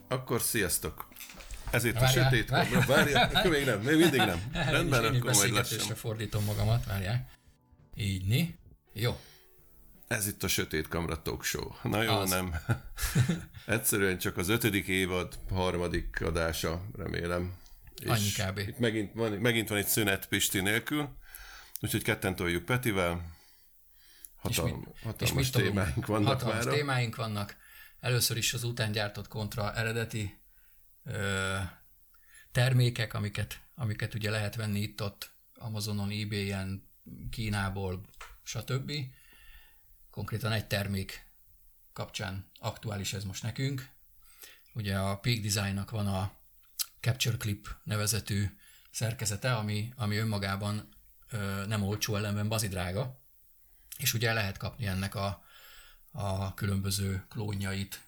Akkor sziasztok! Ez itt a sötét kamra. Várjál, még mindig nem. Rendben, akkor majd beszélgetésre fordítom magamat, várjál. Így, jó. Ez itt a Sötét Kamra Talk Show. Na jó, Az. nem. Egyszerűen csak az 5. évad 3. adása, remélem. Annyi kb. Itt megint van egy szünet Pisti nélkül, úgyhogy ketten toljuk Petivel. Hatalmas témáink vannak hatalmas már. témáink vannak. Először is az után gyártott kontra eredeti termékek, amiket ugye lehet venni itt-ott Amazonon, eBay-en, Kínából, stb. Konkrétan egy termék kapcsán aktuális ez most nekünk. Ugye a Peak Designnak van a Capture Clip nevezetű szerkezete, ami önmagában nem olcsó, ellenben bazidrága, és ugye lehet kapni ennek a különböző klónjait,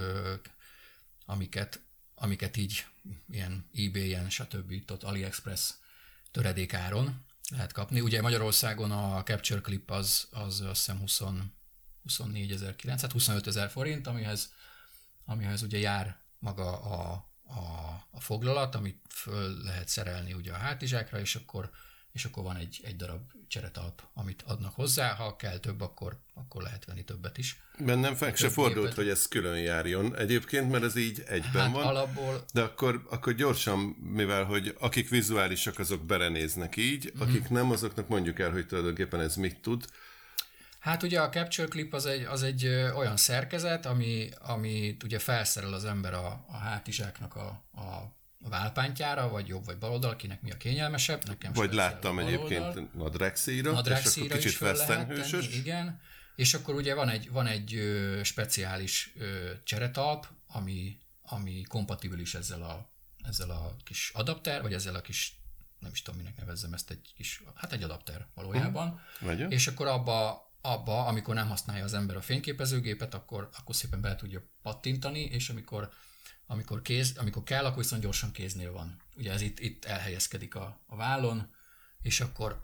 amiket így ilyen eBay-en, stb. Ott AliExpress töredékáron lehet kapni. Ugye Magyarországon a Capture Clip az azt hiszem 24.900, 25.000 forint, amihez ugye jár maga a foglalat, amit föl lehet szerelni ugye a hátizsákra, és akkor van egy darab cseretalp, amit adnak hozzá, ha kell több, akkor lehet venni többet is. Bennem fel se fordult, hogy ez külön járjon egyébként, mert ez így egyben van. Alapból... De akkor gyorsan, mivel hogy akik vizuálisak, azok belenéznek így, akik nem, azoknak mondjuk el, hogy tulajdonképpen ez mit tud. Hát ugye a Capture Clip az egy olyan szerkezet, amit ugye felszerel az ember a hátizsáknak a válpántjára, vagy jobb vagy bal oldal, kinek mi a kényelmesebb. Nekem vagy láttam egyébként nadrágszíjra, és akkor kicsit westernhősös. Igen, és akkor ugye van egy speciális cseretalp, ami kompatibilis ezzel a kis adapter, vagy ezzel a kis, nem is tudom, minek nevezzem ezt, egy adapter valójában. És akkor abba, amikor nem használja az ember a fényképezőgépet, akkor szépen bele tudja pattintani, és amikor kell, akkor viszont gyorsan kéznél van. Ugye ez itt elhelyezkedik a vállon, és akkor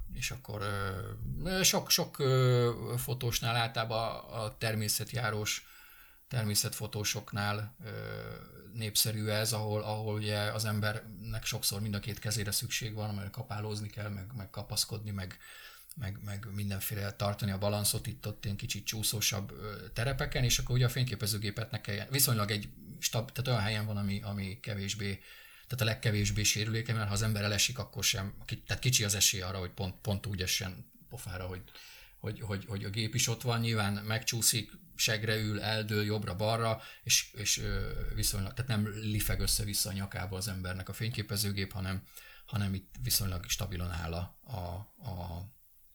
sok fotósnál, általában a természetfotósoknál népszerű ez, ahol ugye az embernek sokszor mind a két kezére szükség van, mert kapálózni kell, meg kapaszkodni, meg mindenféle tartani a balanszot itt-ott ilyen kicsit csúszósabb terepeken, és akkor ugye a fényképezőgépet ne kelljen, viszonylag tehát olyan helyen van, ami kevésbé, tehát a legkevésbé sérülékeny, mert ha az ember elesik, akkor sem, tehát kicsi az esély arra, hogy pont úgy essen pofára, hogy a gép is ott van, nyilván megcsúszik, segre ül, eldől jobbra-balra, és viszonylag, tehát nem lifeg össze-vissza a nyakába az embernek a fényképezőgép, hanem itt viszonylag stabilan áll a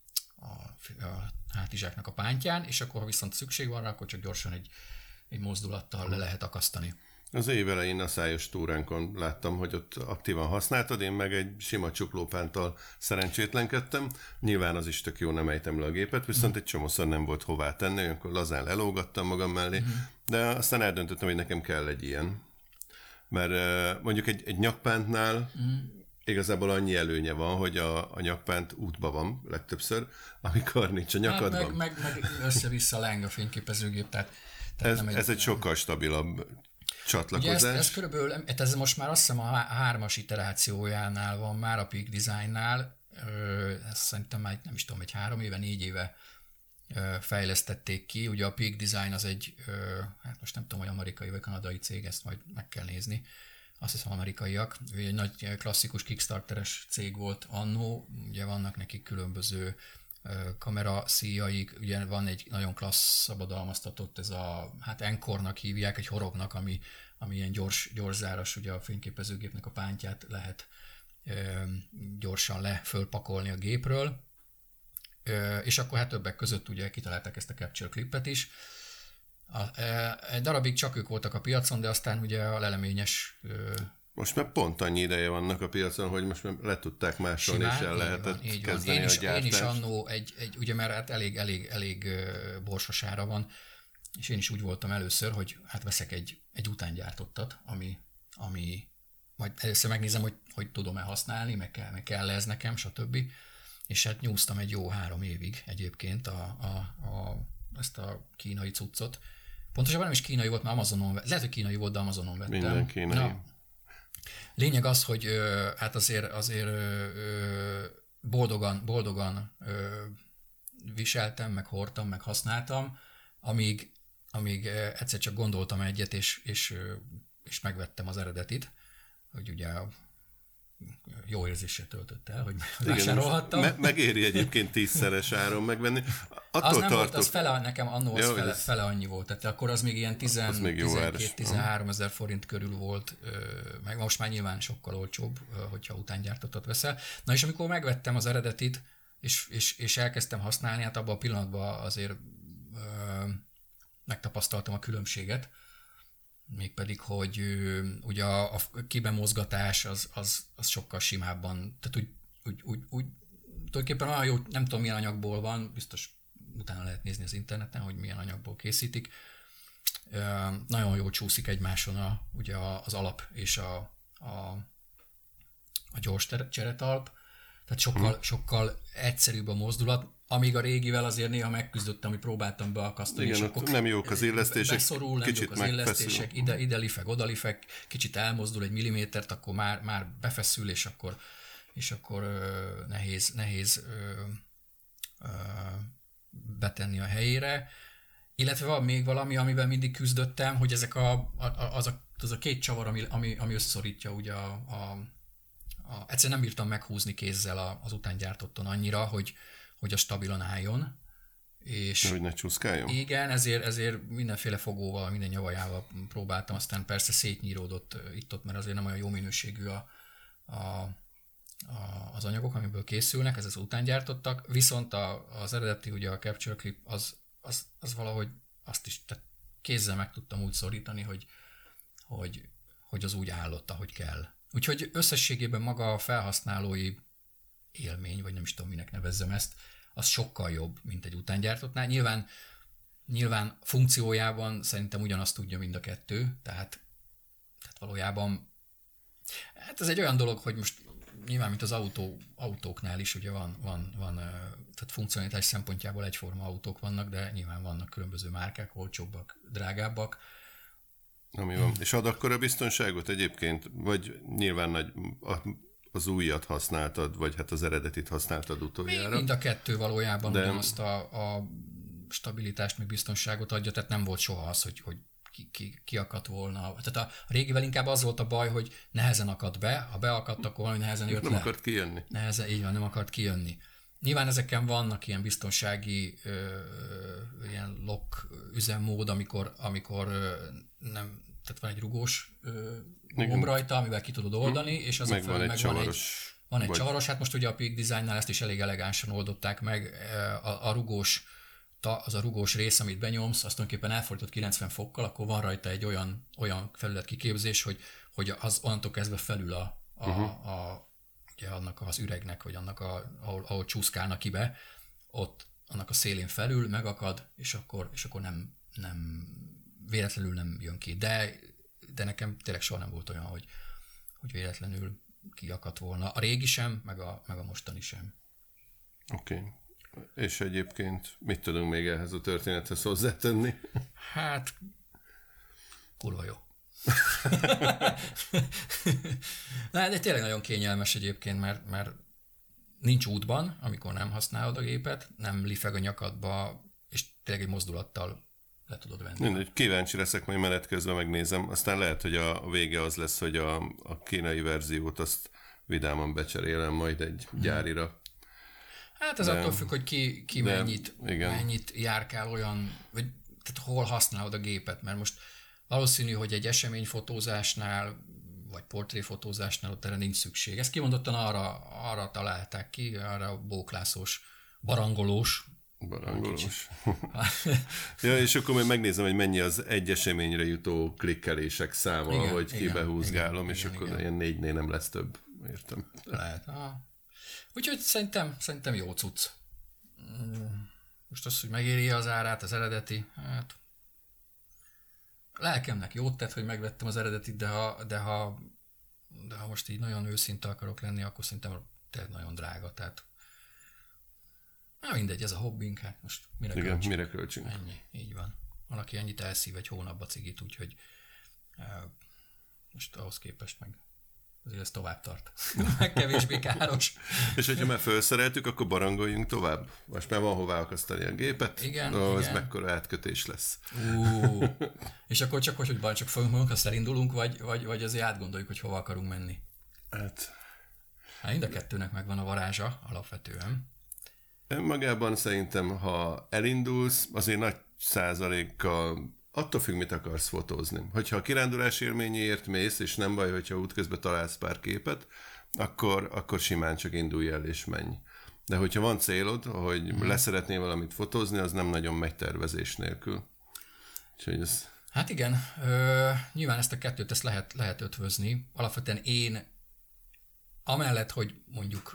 hátizsáknak a pántján, és akkor, ha viszont szükség van rá, akkor csak gyorsan egy mozdulattal le lehet akasztani. Az év elején a Szájos túránkon láttam, hogy ott aktívan használtad, én meg egy sima csuklópánttal szerencsétlenkedtem. Nyilván az is tök jó, nem ejtem le a gépet, viszont egy csomószor nem volt hová tenni, akkor lazán lelógattam magam mellé, de aztán eldöntöttem, hogy nekem kell egy ilyen. Mert mondjuk egy nyakpántnál igazából annyi előnye van, hogy a nyakpánt útba van legtöbbször, amikor nincs a nyakadban. Meg össze-vissza láng a fényképezőgép, tehát ez egy sokkal stabilabb csatlakozás. Ugye ez körülbelül, ez most már azt hiszem a 3-as iterációjánál van már a Peak Designnál, ezt szerintem már nem is tudom, 3 éve, 4 éve fejlesztették ki. Ugye a Peak Design az egy, hát most nem tudom, hogy amerikai vagy kanadai cég, ezt majd meg kell nézni, azt hiszem amerikaiak. Egy nagy klasszikus Kickstarteres cég volt annó, ugye vannak nekik különböző kamera szíjaik, ugye van egy nagyon klassz szabadalmaztatott, ez hát Encore-nak hívják, egy horognak, ami ilyen gyors záras, ugye a fényképezőgépnek a pántját lehet gyorsan fölpakolni a gépről, és akkor hát többek között ugye kitalálták ezt a Capture Clipet is. Egy darabig csak ők voltak a piacon, de aztán ugye a leleményes... Most már pont annyi ideje vannak a piacon, hogy most már le tudták másolni, és el lehetett kezdeni a gyártást. Én is annó ugye mert hát elég borsos ára van, és én is úgy voltam először, hogy hát veszek egy utángyártottat, ami majd először megnézem, hogy tudom-e használni, meg kell ez nekem, stb. És hát nyúztam egy jó 3 évig egyébként ezt a kínai cuccot, Pontosabban nem is kínai volt, mert Amazonon vettem. Lehet, hogy kínai volt, de Amazonon vettem. Minden kínai. Na, lényeg az, hogy hát azért boldogan viseltem, meg hordtam, meg használtam, amíg egyszer csak gondoltam egyet, és megvettem az eredetit, hogy ugye jó érzéssel töltött el, hogy vásárolhattam. Megéri egyébként 10-szeres áron megvenni. Attól az nem volt, az nekem annó az fele annyi volt. Tehát akkor az még ilyen 12-13 ezer forint körül volt, meg most már nyilván sokkal olcsóbb, hogyha utángyártottat veszel. Na és amikor megvettem az eredetit, és elkezdtem használni, hát abban a pillanatban azért megtapasztaltam a különbséget, mégpedig, hogy ugye a kibemozgatás az sokkal simábban, tehát úgy tulajdonképpen olyan jó, nem tudom milyen anyagból van, biztos utána lehet nézni az interneten, hogy milyen anyagból készítik. Nagyon jól csúszik egymáson ugye az alap és a gyors cseretalp, tehát sokkal egyszerűbb a mozdulat, amíg a régivel azért néha megküzdöttem, hogy próbáltam beakasztani. Igen, ott nem jók az illesztések, beszorul, nem jók az illesztések, ide lifeg, oda lifeg, kicsit elmozdul egy millimétert, akkor már befeszül, és akkor nehéz betenni a helyére. Illetve van még valami, amivel mindig küzdöttem, hogy ezek az a két csavar, ami összeszorítja ugye egyszerűen nem bírtam meghúzni kézzel az utángyártotton annyira, hogy a stabilan álljon. És hogy ne csúszkáljon? Igen, ezért mindenféle fogóval, minden nyavajával próbáltam, aztán persze szétnyíródott itt-ott, mert azért nem olyan jó minőségű az anyagok, amiből készülnek, ez az utángyártottak, viszont az eredeti, ugye a Capture Clip, az valahogy azt is tehát kézzel meg tudtam úgy szorítani, hogy az úgy állott, ahogy kell. Úgyhogy összességében maga a felhasználói élmény, vagy nem is tudom, minek nevezzem ezt, az sokkal jobb, mint egy utángyártottnál. Nyilván funkciójában szerintem ugyanazt tudja mind a kettő, tehát valójában hát ez egy olyan dolog, hogy most nyilván, mint az autóknál is ugye van tehát funkcionalitás szempontjából egyforma autók vannak, de nyilván vannak különböző márkák, olcsóbbak, drágábbak. Ami van. És ad akkor a biztonságot egyébként? Vagy nyilván az újat használtad, vagy hát az eredetit használtad utoljára? Mind a kettő valójában ugyanazt a stabilitást, meg biztonságot adja, tehát nem volt soha az, hogy kiakadt volna. Tehát a régivel inkább az volt a baj, hogy nehezen akadt be, ha beakadt, akkor valami nehezen jött nem le. Nem akart kijönni. Így van, nem akart kijönni. Nyilván ezeken vannak ilyen biztonsági ilyen lock üzemmód, amikor nem, tehát van egy rugós gomb rajta, amivel ki tudod oldani, és azon felül meg van egy csavaros. Hát most ugye a Peak Designnál ezt is elég elegánsan oldották meg. A rugós rész, amit benyomsz, azt tulajdonképpen elfordított 90 fokkal, akkor van rajta egy olyan felületkiképzés, hogy az onnantól kezdve felül ugye annak az üregnek, vagy annak, ahol csúszkálnak ki be, ott annak a szélén felül megakad, és akkor nem véletlenül nem jön ki. De nekem tényleg soha nem volt olyan, hogy véletlenül kiakadt volna. A régi sem, meg a mostani sem. Oké. Okay. És egyébként mit tudunk még ehhez a történethez hozzátenni? Hát, kurva jó. De tényleg nagyon kényelmes egyébként, mert nincs útban, amikor nem használod a gépet, nem lifeg a nyakadba, és tényleg egy mozdulattal le tudod venni. Kíváncsi leszek, majd menet közben megnézem. Aztán lehet, hogy a vége az lesz, hogy a kínai verziót azt vidáman becserélem majd egy gyárira. Hát ez attól függ, hogy ki mennyit járkál olyan, vagy tehát hol használod a gépet, mert most valószínű, hogy egy eseményfotózásnál, vagy portréfotózásnál ott erre nincs szükség. Ezt kimondottan arra találták ki, arra a bóklászós, barangolós. Ja, és akkor majd megnézem, hogy mennyi az egy eseményre jutó klikkelések száma, igen, hogy kibehúzgálom, és akkor ilyen 4-nél nem lesz több. Értem. Lehet. Úgyhogy szerintem jó cucc. Most az, hogy megéri az árát, az eredeti, hát lelkemnek jót tett, hogy megvettem az eredetit, de ha most így nagyon őszinte akarok lenni, akkor szerintem tényleg nagyon drága, tehát mindegy, ez a hobbink, hát most mire költsünk. Mire költsünk. Ennyi, így van. Van, aki ennyit elszív egy hónapba cigit, úgyhogy most ahhoz képest meg azért ez tovább tart. Meg kevésbé káros. És hogyha már felszereltük, akkor barangoljunk tovább. Most már van hová akasztani a gépet. Igen, no, igen. Ez mekkora átkötés lesz. És akkor csak hogy csak fogunk, azt elindulunk, vagy azért átgondoljuk, hogy hova akarunk menni. Hát Mind a kettőnek megvan a varázsa alapvetően. magában szerintem, ha elindulsz, azért nagy százalékkal attól függ, mit akarsz fotózni. Hogyha a kirándulás élményéért mész, és nem baj, hogyha útközben találsz pár képet, akkor simán csak indulj el és menj. De hogyha van célod, hogy leszeretnél valamit fotózni, az nem nagyon megy tervezés nélkül. Úgyhogy ez... Hát igen, nyilván ezt a kettőt ezt lehet ötvözni. Alapvetően én amellett, hogy mondjuk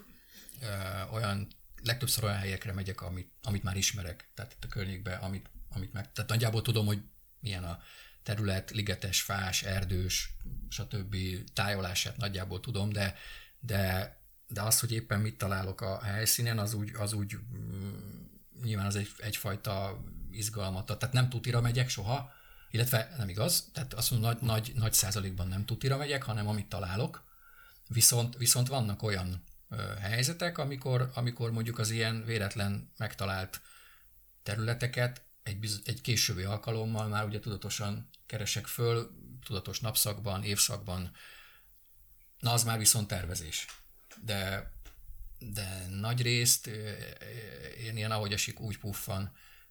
legtöbbször olyan helyekre megyek, amit már ismerek, tehát itt a környékben, amit meg, tehát nagyjából tudom, hogy milyen a terület, ligetes, fás, erdős, stb. Tájolását nagyjából tudom, de az, hogy éppen mit találok a helyszínen, az úgy nyilván az egyfajta izgalmat. Tehát nem tutira megyek soha, illetve nem igaz, tehát azt mondom, nagy százalékban nem tutira megyek, hanem amit találok. Viszont vannak olyan helyzetek, amikor mondjuk az ilyen véletlen megtalált területeket egy későbbi alkalommal már ugye tudatosan keresek föl, tudatos napszakban, évszakban, na az már viszont tervezés. De nagy részt én ilyen ahogy esik úgy puffan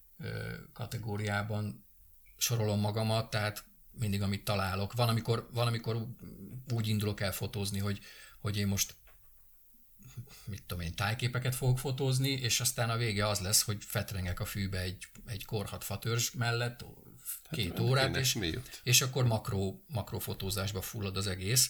kategóriában sorolom magamat, tehát mindig amit találok. Van, amikor úgy indulok el fotózni, hogy én most mit tudom én, tájképeket fogok fotózni, és aztán a vége az lesz, hogy fetrengek a fűbe egy korhat fatörzs mellett 2 órát, és akkor makrofotózásba fullad az egész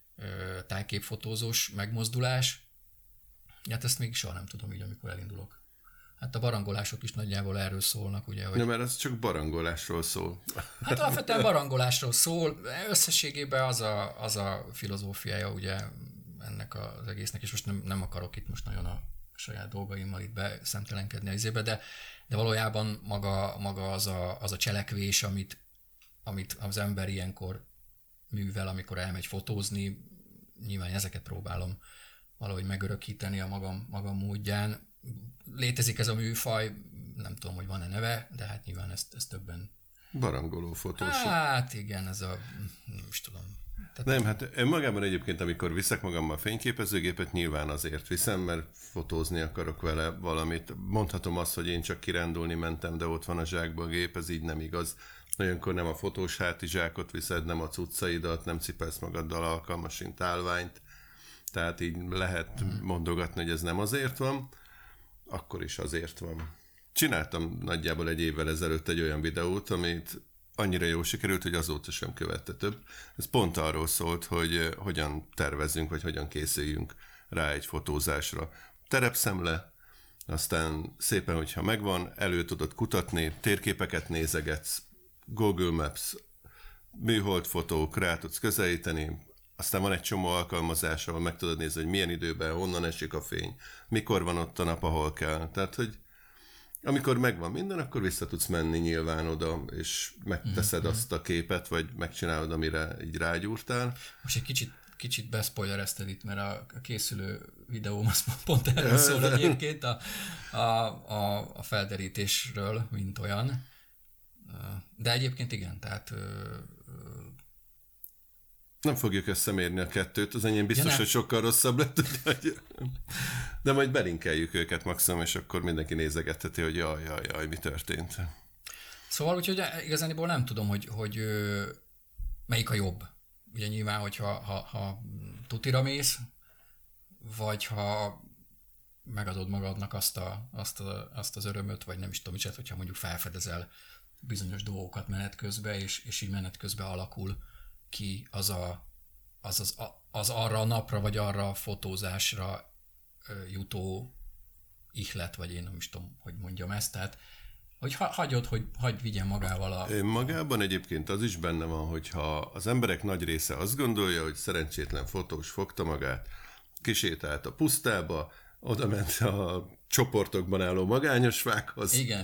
tájképfotózós megmozdulás. Hát ezt még soha nem tudom így, amikor elindulok. Hát a barangolások is nagyjából erről szólnak, ugye? Hogy... Ja, mert az csak barangolásról szól. Hát alapvetően barangolásról szól. Összességében az a filozófiája, ugye, ennek az egésznek, és most nem akarok itt most nagyon a saját dolgaimmal itt beszemtelenkedni az izébe, de valójában maga az a cselekvés, amit az ember ilyenkor művel, amikor elmegy fotózni, nyilván ezeket próbálom valahogy megörökíteni a magam módján. Létezik ez a műfaj, nem tudom, hogy van-e neve, de hát nyilván ezt többen... Barangoló fotós. Hát igen, ez a... nem is tudom. Nem, hát önmagában egyébként, amikor viszek magammal fényképezőgépet, nyilván azért viszem, mert fotózni akarok vele valamit. Mondhatom azt, hogy én csak kirándulni mentem, de ott van a zsákban a gép, ez így nem igaz. Olyankor nem a fotós hátizsákot viszed, nem a cuccaidat, nem cipelsz magaddal alkalmasint állványt. Tehát így lehet mondogatni, hogy ez nem azért van, akkor is azért van. Csináltam nagyjából egy évvel ezelőtt egy olyan videót, amit annyira jól sikerült, hogy azóta sem követte több. Ez pont arról szólt, hogy hogyan tervezzünk, vagy hogyan készüljünk rá egy fotózásra. Terepszemle, aztán szépen, hogyha megvan, elő tudod kutatni, térképeket nézegetsz, Google Maps, műholdfotók, rá tudsz közelíteni, aztán van egy csomó alkalmazás, ahol meg tudod nézni, hogy milyen időben, honnan esik a fény, mikor van ott a nap, ahol kell. Tehát, hogy amikor megvan minden, akkor vissza tudsz menni nyilván oda, és megteszed azt a képet, vagy megcsinálod, amire így rágyúrtál. Most egy kicsit beszpoilerezted itt, mert a készülő videóm az pont erről szól egyébként a felderítésről, mint olyan. De egyébként igen, tehát... Nem fogjuk összemérni a kettőt, az enyém biztos, hogy sokkal rosszabb lett, de majd belinkeljük őket maximum, és akkor mindenki nézegetheti, hogy jaj, mi történt. Szóval úgyhogy igazániból nem tudom, hogy melyik a jobb. Ugye nyilván, hogyha tutira mész, vagy ha megadod magadnak azt az örömöt, vagy nem is tudom, micsoda, hogyha mondjuk felfedezel bizonyos dolgokat menet közben, és így menet közben alakul ki az arra a napra, vagy arra a fotózásra jutó ihlet, vagy én nem is tudom, hogy mondjam ezt, tehát hogy hagyod, hogy vigyen magával Magában egyébként az is benne van, hogyha az emberek nagy része azt gondolja, hogy szerencsétlen fotós fogta magát, kisétált a pusztába, oda ment a csoportokban álló magányos fákhoz. Igen,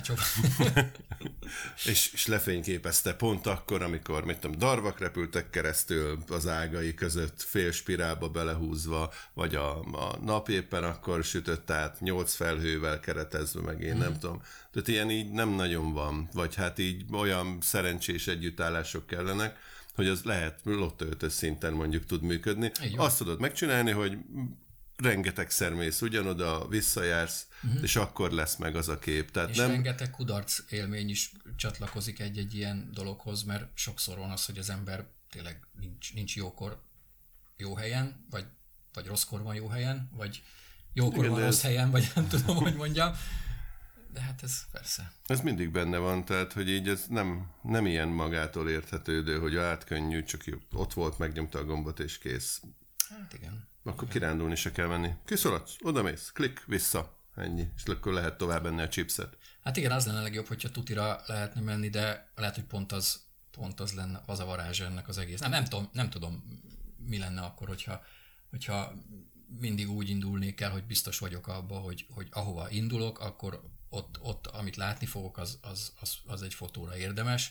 és lefényképezte pont akkor, amikor, mit tudom, darvak repültek keresztül az ágai között, fél spirálba belehúzva, vagy a nap éppen akkor sütött át 8 felhővel keretezve, meg én nem tudom. Tehát ilyen így nem nagyon van, vagy hát így olyan szerencsés együttállások kellenek, hogy az lehet Lotto 5-ös szinten mondjuk tud működni. Azt tudod megcsinálni, hogy rengetegszer mész ugyanoda, visszajársz, és akkor lesz meg az a kép. Tehát és rengeteg kudarc élmény is csatlakozik egy-egy ilyen dologhoz, mert sokszor van az, hogy az ember tényleg nincs jókor jó helyen, vagy rosszkor van jó helyen, vagy jókor van rossz helyen, vagy nem tudom, hogy mondjam. De hát ez persze. Ez mindig benne van, tehát, hogy így ez nem ilyen magától érthetődő, hogy könnyű, csak ott volt, megnyomta a gombot, és kész. Hát igen. Akkor kirándulni se kell menni. Kiszolatsz, odamész, klik, vissza, ennyi. És akkor lehet tovább venni a chipset. Hát igen, az lenne legjobb, hogyha tutira lehetne menni, de lehet, hogy pont az lenne az a varázs ennek az egész. Nem tudom, mi lenne akkor, hogyha mindig úgy indulnék el, hogy biztos vagyok abban, hogy ahova indulok, akkor ott amit látni fogok, az egy fotóra érdemes.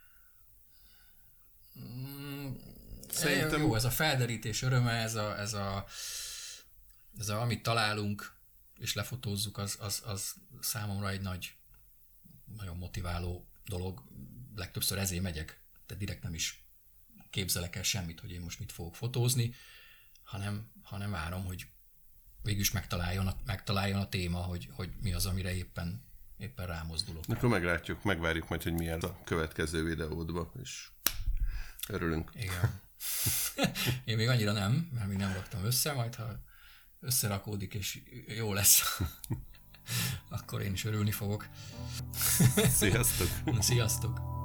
Szerintem jó, ez a felderítés öröme, ez a amit találunk és lefotózzuk, az számomra egy nagyon motiváló dolog. Legtöbbször ezért megyek, de direkt nem is képzelek el semmit, hogy én most mit fogok fotózni, hanem várom, hogy végülis megtaláljon a téma, hogy mi az, amire éppen rámozdulok. Akkor megvárjuk majd, hogy milyen a következő videódba, és örülünk. Igen. Én még annyira nem, mert még nem raktam össze, majd ha összerakódik és jó lesz, akkor én is örülni fogok. Sziasztok! Sziasztok!